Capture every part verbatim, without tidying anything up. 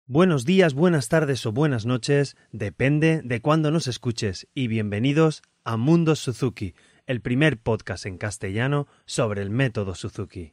Buenos días, buenas tardes o buenas noches, depende de cuándo nos escuches, y bienvenidos a Mundo Suzuki, el primer podcast en castellano sobre el método Suzuki.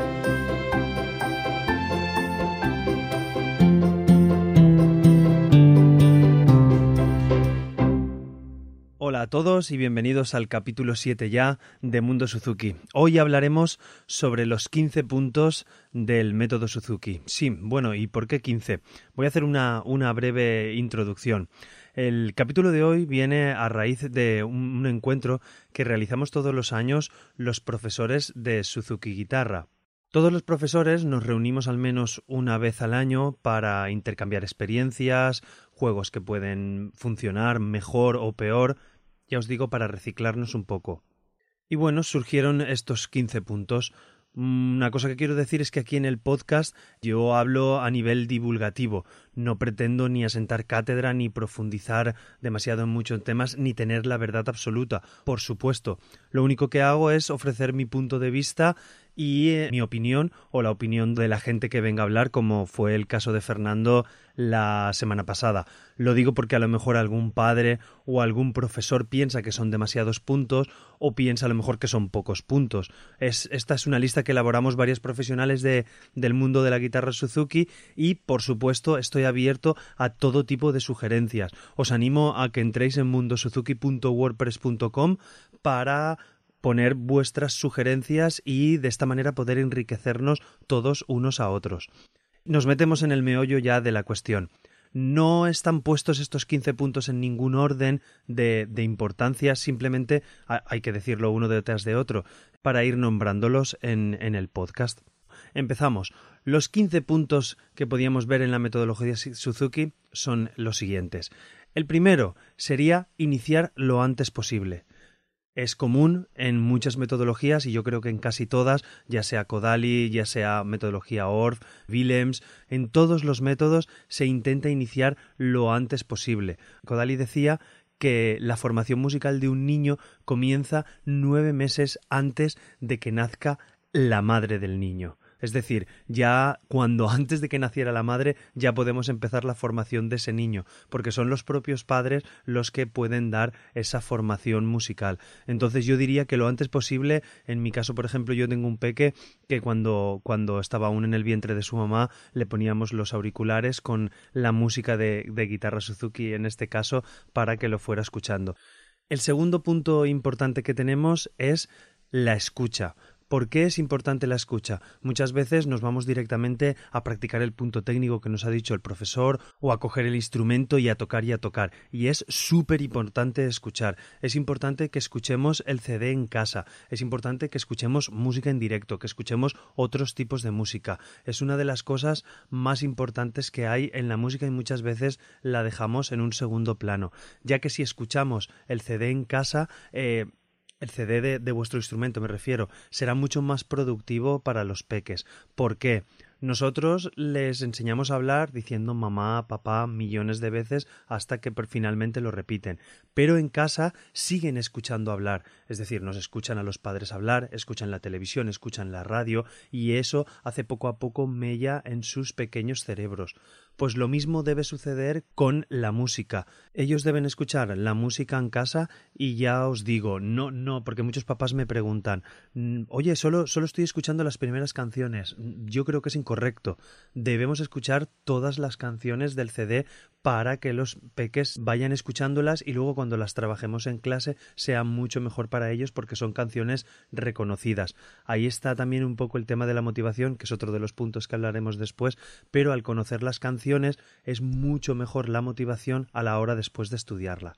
Hola a todos y bienvenidos al capítulo siete ya de Mundo Suzuki. Hoy hablaremos sobre los quince puntos del método Suzuki. Sí, bueno, ¿y por qué quince? Voy a hacer una, una breve introducción. El capítulo de hoy viene a raíz de un, un encuentro que realizamos todos los años los profesores de Suzuki Guitarra. Todos los profesores nos reunimos al menos una vez al año para intercambiar experiencias, juegos que pueden funcionar mejor o peor, ya os digo, para reciclarnos un poco. Y bueno, surgieron estos quince puntos. Una cosa que quiero decir es que aquí en el podcast yo hablo a nivel divulgativo. No pretendo ni asentar cátedra, ni profundizar demasiado en muchos temas, ni tener la verdad absoluta. Por supuesto, lo único que hago es ofrecer mi punto de vista y eh, mi opinión o la opinión de la gente que venga a hablar, como fue el caso de Fernando la semana pasada. Lo digo porque a lo mejor algún padre o algún profesor piensa que son demasiados puntos o piensa a lo mejor que son pocos puntos. Es, esta es una lista que elaboramos varios profesionales de, del mundo de la guitarra Suzuki y, por supuesto, estoy abierto a todo tipo de sugerencias. Os animo a que entréis en mundo suzuki punto wordpress punto com para poner vuestras sugerencias y de esta manera poder enriquecernos todos unos a otros. Nos metemos en el meollo ya de la cuestión. No están puestos estos quince puntos en ningún orden de, de importancia, simplemente hay que decirlo uno detrás de otro para ir nombrándolos en, en el podcast. Empezamos. Los quince puntos que podíamos ver en la metodología Suzuki son los siguientes. El primero sería iniciar lo antes posible. Es común en muchas metodologías y yo creo que en casi todas, ya sea Kodály, ya sea metodología Orff, Willems, en todos los métodos se intenta iniciar lo antes posible. Kodály decía que la formación musical de un niño comienza nueve meses antes de que nazca la madre del niño. Es decir, ya cuando antes de que naciera la madre ya podemos empezar la formación de ese niño, porque son los propios padres los que pueden dar esa formación musical. Entonces yo diría que lo antes posible, en mi caso por ejemplo yo tengo un peque que cuando, cuando estaba aún en el vientre de su mamá le poníamos los auriculares con la música de, de guitarra Suzuki en este caso para que lo fuera escuchando. El segundo punto importante que tenemos es la escucha. ¿Por qué es importante la escucha? Muchas veces nos vamos directamente a practicar el punto técnico que nos ha dicho el profesor o a coger el instrumento y a tocar y a tocar. Y es súper importante escuchar. Es importante que escuchemos el C D en casa. Es importante que escuchemos música en directo, que escuchemos otros tipos de música. Es una de las cosas más importantes que hay en la música y muchas veces la dejamos en un segundo plano. Ya que si escuchamos el C D en casa, eh, el C D de, de vuestro instrumento me refiero, será mucho más productivo para los peques. ¿Por qué? Nosotros les enseñamos a hablar diciendo mamá, papá millones de veces hasta que finalmente lo repiten. Pero en casa siguen escuchando hablar. Es decir, nos escuchan a los padres hablar, escuchan la televisión, escuchan la radio y eso hace poco a poco mella en sus pequeños cerebros. Pues lo mismo debe suceder con la música. Ellos deben escuchar la música en casa y ya os digo, no, no, porque muchos papás me preguntan, oye, solo, solo estoy escuchando las primeras canciones. Yo creo que es incorrecto. Debemos escuchar todas las canciones del C D para que los peques vayan escuchándolas y luego cuando las trabajemos en clase sea mucho mejor para ellos porque son canciones reconocidas. Ahí está también un poco el tema de la motivación, que es otro de los puntos que hablaremos después, pero al conocer las canciones es mucho mejor la motivación a la hora después de estudiarla.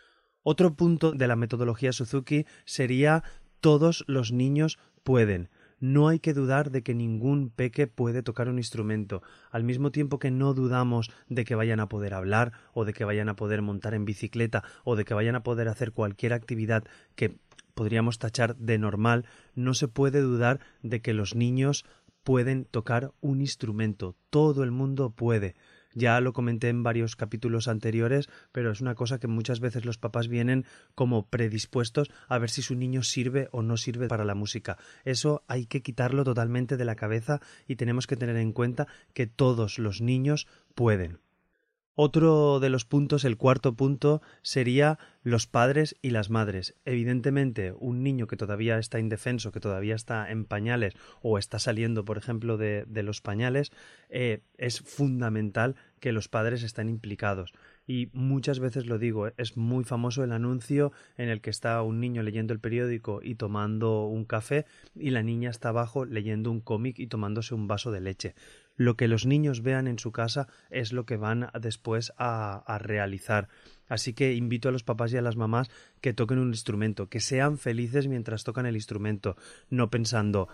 Otro punto de la metodología Suzuki sería todos los niños pueden. No hay que dudar de que ningún peque puede tocar un instrumento, al mismo tiempo que no dudamos de que vayan a poder hablar o de que vayan a poder montar en bicicleta o de que vayan a poder hacer cualquier actividad que podríamos tachar de normal, no se puede dudar de que los niños pueden tocar un instrumento. Todo el mundo puede. Ya lo comenté en varios capítulos anteriores, pero es una cosa que muchas veces los papás vienen como predispuestos a ver si su niño sirve o no sirve para la música. Eso hay que quitarlo totalmente de la cabeza y tenemos que tener en cuenta que todos los niños pueden. Otro de los puntos, el cuarto punto, sería los padres y las madres. Evidentemente, un niño que todavía está indefenso, que todavía está en pañales o está saliendo, por ejemplo, de, de los pañales, eh, es fundamental que los padres estén implicados. Y muchas veces lo digo, es muy famoso el anuncio en el que está un niño leyendo el periódico y tomando un café y la niña está abajo leyendo un cómic y tomándose un vaso de leche. Lo que los niños vean en su casa es lo que van después a, a realizar. Así que invito a los papás y a las mamás que toquen un instrumento, que sean felices mientras tocan el instrumento, no pensando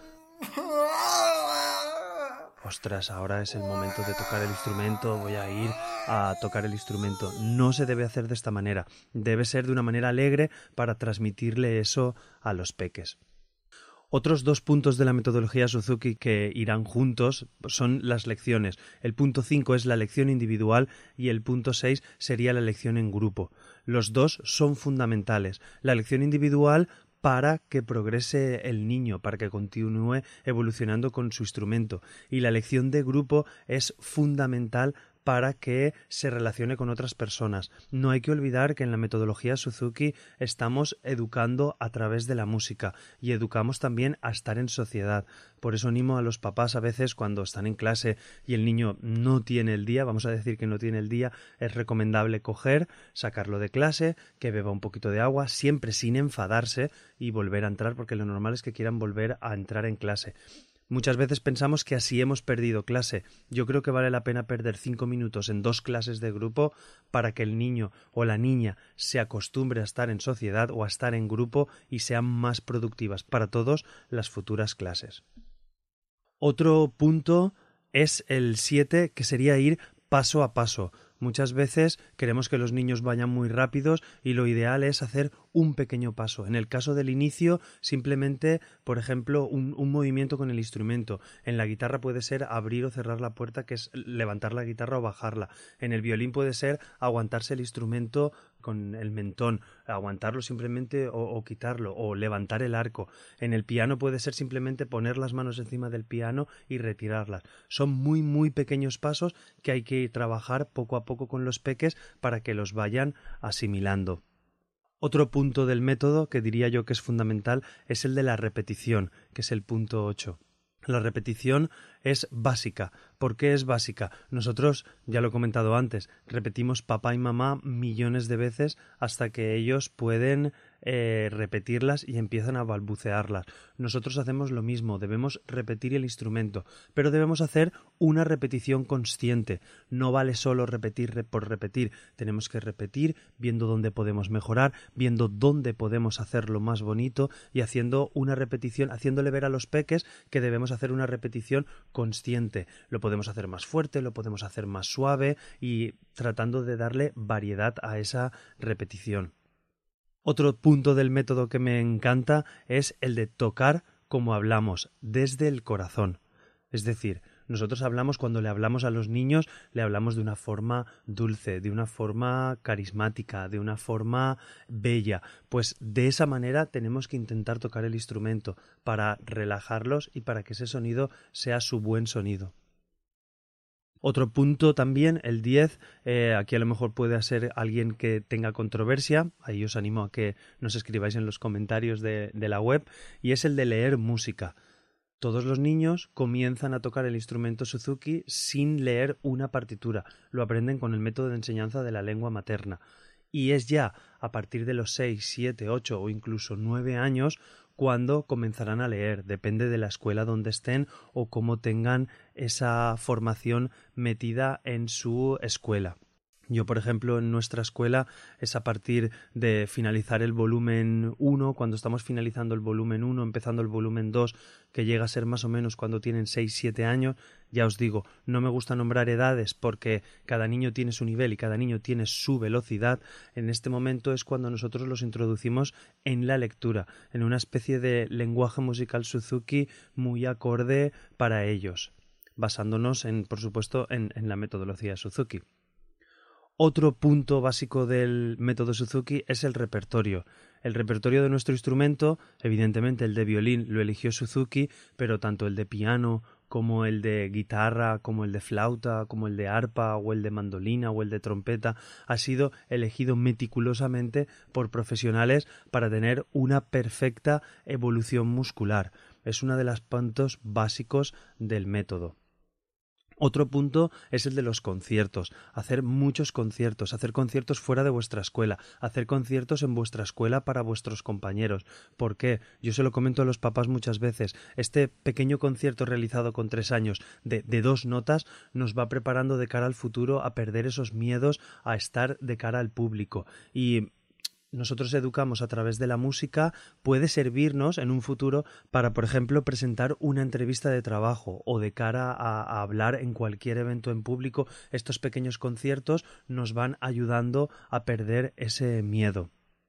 ostras, ahora es el momento de tocar el instrumento, voy a ir a tocar el instrumento. No se debe hacer de esta manera, debe ser de una manera alegre para transmitirle eso a los peques. Otros dos puntos de la metodología Suzuki que irán juntos son las lecciones. El punto cinco es la lección individual y el punto seis sería la lección en grupo. Los dos son fundamentales. La lección individual para que progrese el niño, para que continúe evolucionando con su instrumento. Y la lección de grupo es fundamental para que se relacione con otras personas. No hay que olvidar que en la metodología Suzuki estamos educando a través de la música y educamos también a estar en sociedad. Por eso animo a los papás a veces cuando están en clase y el niño no tiene el día, vamos a decir que no tiene el día, es recomendable coger, sacarlo de clase, que beba un poquito de agua, siempre sin enfadarse y volver a entrar, porque lo normal es que quieran volver a entrar en clase. Muchas veces pensamos que así hemos perdido clase. Yo creo que vale la pena perder cinco minutos en dos clases de grupo para que el niño o la niña se acostumbre a estar en sociedad o a estar en grupo y sean más productivas para todas las futuras clases. Otro punto es el siete, que sería ir paso a paso. Muchas veces queremos que los niños vayan muy rápidos y lo ideal es hacer un pequeño paso. En el caso del inicio, simplemente, por ejemplo, un, un movimiento con el instrumento. En la guitarra puede ser abrir o cerrar la puerta, que es levantar la guitarra o bajarla. En el violín puede ser aguantarse el instrumento con el mentón, aguantarlo simplemente o, o quitarlo, o levantar el arco. En el piano puede ser simplemente poner las manos encima del piano y retirarlas. Son muy, muy pequeños pasos que hay que trabajar poco a poco con los peques para que los vayan asimilando. Otro punto del método que diría yo que es fundamental es el de la repetición, que es el punto ocho. La repetición es básica. ¿Por qué es básica? Nosotros, ya lo he comentado antes, repetimos papá y mamá millones de veces hasta que ellos pueden eh, repetirlas y empiezan a balbucearlas. Nosotros hacemos lo mismo, debemos repetir el instrumento, pero debemos hacer una repetición consciente. No vale solo repetir por repetir, tenemos que repetir viendo dónde podemos mejorar, viendo dónde podemos hacerlo más bonito y haciendo una repetición, haciéndole ver a los peques que debemos hacer una repetición consciente. Lo podemos hacer más fuerte, lo podemos hacer más suave y tratando de darle variedad a esa repetición. Otro punto del método que me encanta es el de tocar como hablamos, desde el corazón. Es decir, nosotros hablamos, cuando le hablamos a los niños, le hablamos de una forma dulce, de una forma carismática, de una forma bella. Pues de esa manera tenemos que intentar tocar el instrumento para relajarlos y para que ese sonido sea su buen sonido. Otro punto también, el diez, eh, aquí a lo mejor puede ser alguien que tenga controversia, ahí os animo a que nos escribáis en los comentarios de, de la web, y es el de leer música. Todos los niños comienzan a tocar el instrumento Suzuki sin leer una partitura, lo aprenden con el método de enseñanza de la lengua materna. Y es ya a partir de los seis, siete, ocho o incluso nueve años cuando comenzarán a leer, depende de la escuela donde estén o cómo tengan esa formación metida en su escuela. Yo, por ejemplo, en nuestra escuela es a partir de finalizar el volumen uno, cuando estamos finalizando el volumen uno, empezando el volumen dos, que llega a ser más o menos cuando tienen seis siete años. Ya os digo, no me gusta nombrar edades porque cada niño tiene su nivel y cada niño tiene su velocidad. En este momento es cuando nosotros los introducimos en la lectura, en una especie de lenguaje musical Suzuki muy acorde para ellos. basándonos en, por supuesto, en, en la metodología Suzuki. Otro punto básico del método Suzuki es el repertorio. El repertorio de nuestro instrumento, evidentemente el de violín lo eligió Suzuki, pero tanto el de piano como el de guitarra, como el de flauta, como el de arpa o el de mandolina o el de trompeta, ha sido elegido meticulosamente por profesionales para tener una perfecta evolución muscular. Es uno de los puntos básicos del método. Otro punto es el de los conciertos, hacer muchos conciertos, hacer conciertos fuera de vuestra escuela, hacer conciertos en vuestra escuela para vuestros compañeros. ¿Por qué? Yo se lo comento a los papás muchas veces. Este pequeño concierto realizado con tres años de, de dos notas nos va preparando de cara al futuro a perder esos miedos a estar de cara al público. Y nosotros educamos a través de la música, puede servirnos en un futuro para, por ejemplo, presentar una entrevista de trabajo o de cara a, a hablar en cualquier evento en público. Estos pequeños conciertos nos van ayudando a perder ese miedo.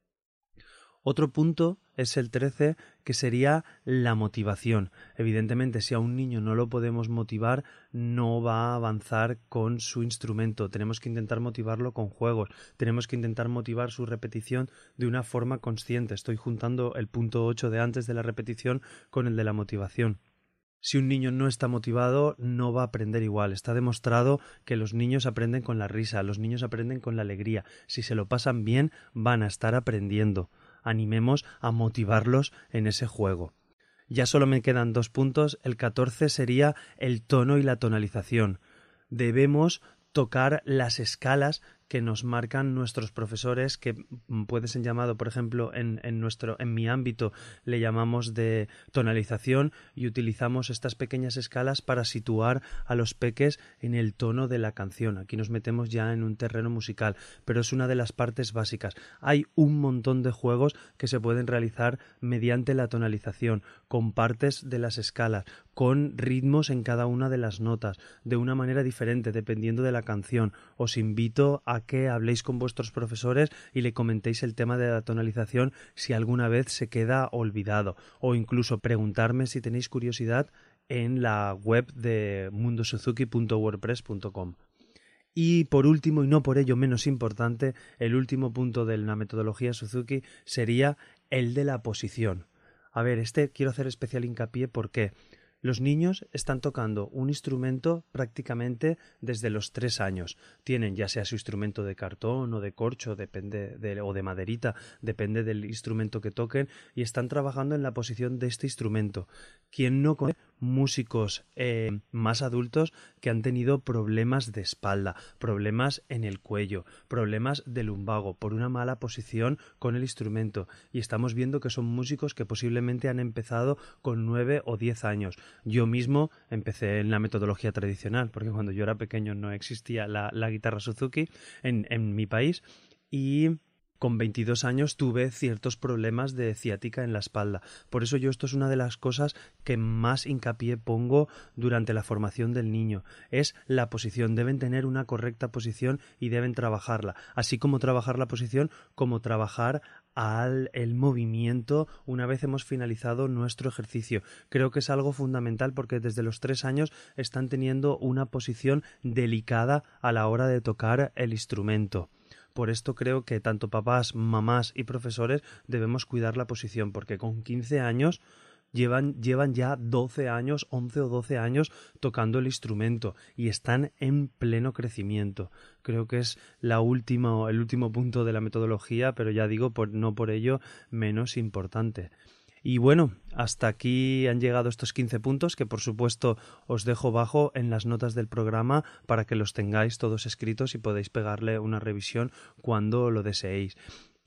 Otro punto es el trece, que sería la motivación. Evidentemente, si a un niño no lo podemos motivar, no va a avanzar con su instrumento. Tenemos que intentar motivarlo con juegos. Tenemos que intentar motivar su repetición de una forma consciente. Estoy juntando el punto ocho de antes de la repetición con el de la motivación. Si un niño no está motivado, no va a aprender igual. Está demostrado que los niños aprenden con la risa, los niños aprenden con la alegría. Si se lo pasan bien, van a estar aprendiendo. Animemos a motivarlos en ese juego. Ya solo me quedan dos puntos. El catorce sería el tono y la tonalización. Debemos tocar las escalas que nos marcan nuestros profesores, que puede ser llamado, por ejemplo, en, en, nuestro, en mi ámbito le llamamos de tonalización, y utilizamos estas pequeñas escalas para situar a los peques en el tono de la canción. Aquí nos metemos ya en un terreno musical, pero es una de las partes básicas. Hay un montón de juegos que se pueden realizar mediante la tonalización, con partes de las escalas, con ritmos en cada una de las notas, de una manera diferente dependiendo de la canción. Os invito a que habléis con vuestros profesores y le comentéis el tema de la tonalización si alguna vez se queda olvidado, o incluso preguntarme si tenéis curiosidad en la web de mundo suzuki punto wordpress punto com. Y por último, y no por ello menos importante, el último punto de la metodología Suzuki sería el de la posición. A ver, este quiero hacer especial hincapié porque los niños están tocando un instrumento prácticamente desde los tres años. Tienen ya sea su instrumento de cartón o de corcho, depende de, o de maderita, depende del instrumento que toquen, y están trabajando en la posición de este instrumento. ¿Quién no conoce músicos eh, más adultos que han tenido problemas de espalda, problemas en el cuello, problemas de lumbago por una mala posición con el instrumento? Y estamos viendo que son músicos que posiblemente han empezado con nueve o diez años. Yo mismo empecé en la metodología tradicional, porque cuando yo era pequeño no existía la, la guitarra Suzuki en, en mi país, y con veintidós años tuve ciertos problemas de ciática en la espalda. Por eso yo esto es una de las cosas que más hincapié pongo durante la formación del niño. Es la posición. Deben tener una correcta posición y deben trabajarla. Así como trabajar la posición, como trabajar al el movimiento una vez hemos finalizado nuestro ejercicio. Creo que es algo fundamental porque desde los tres años están teniendo una posición delicada a la hora de tocar el instrumento. Por esto creo que tanto papás, mamás y profesores debemos cuidar la posición, porque con quince años llevan, llevan ya doce años, once o doce años tocando el instrumento y están en pleno crecimiento. Creo que es la última, el último punto de la metodología, pero ya digo, por, no por ello menos importante. Y bueno, hasta aquí han llegado estos quince puntos que por supuesto os dejo abajo en las notas del programa para que los tengáis todos escritos y podéis pegarle una revisión cuando lo deseéis.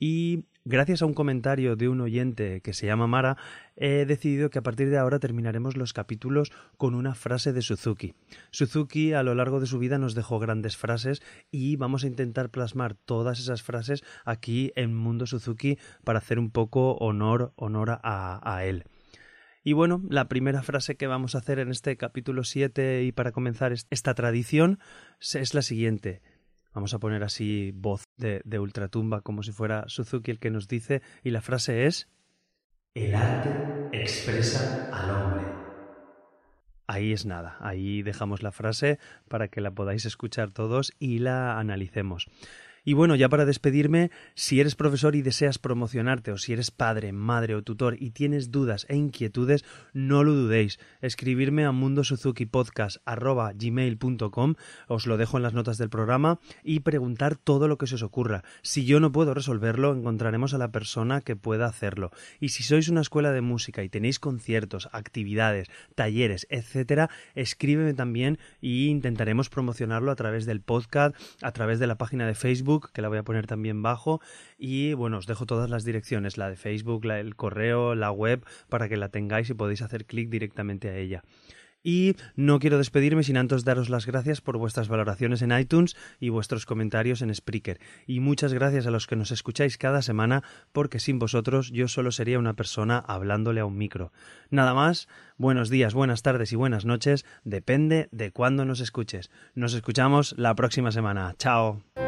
Y gracias a un comentario de un oyente que se llama Mara, he decidido que a partir de ahora terminaremos los capítulos con una frase de Suzuki. Suzuki a lo largo de su vida nos dejó grandes frases y vamos a intentar plasmar todas esas frases aquí en Mundo Suzuki para hacer un poco honor, honor a, a él. Y bueno, la primera frase que vamos a hacer en este capítulo siete y para comenzar esta tradición es la siguiente. Vamos a poner así voz de, de ultratumba como si fuera Suzuki el que nos dice, y la frase es: el arte expresa al hombre. Ahí es nada, ahí dejamos la frase para que la podáis escuchar todos y la analicemos. Y bueno, ya para despedirme, si eres profesor y deseas promocionarte, o si eres padre, madre o tutor y tienes dudas e inquietudes, no lo dudéis. Escribirme a mundosuzukipodcast arroba gmail punto com, os lo dejo en las notas del programa, y preguntar todo lo que se os ocurra. Si yo no puedo resolverlo, encontraremos a la persona que pueda hacerlo. Y si sois una escuela de música y tenéis conciertos, actividades, talleres, etcétera, escríbeme también y intentaremos promocionarlo a través del podcast, a través de la página de Facebook, que la voy a poner también bajo, y bueno, os dejo todas las direcciones, la de Facebook, la, el correo, la web, para que la tengáis y podéis hacer clic directamente a ella. Y no quiero despedirme sin antes daros las gracias por vuestras valoraciones en iTunes y vuestros comentarios en Spreaker. Y muchas gracias a los que nos escucháis cada semana, porque sin vosotros yo solo sería una persona hablándole a un micro. Nada más, buenos días, buenas tardes y buenas noches, depende de cuándo nos escuches. Nos escuchamos la próxima semana. ¡Chao!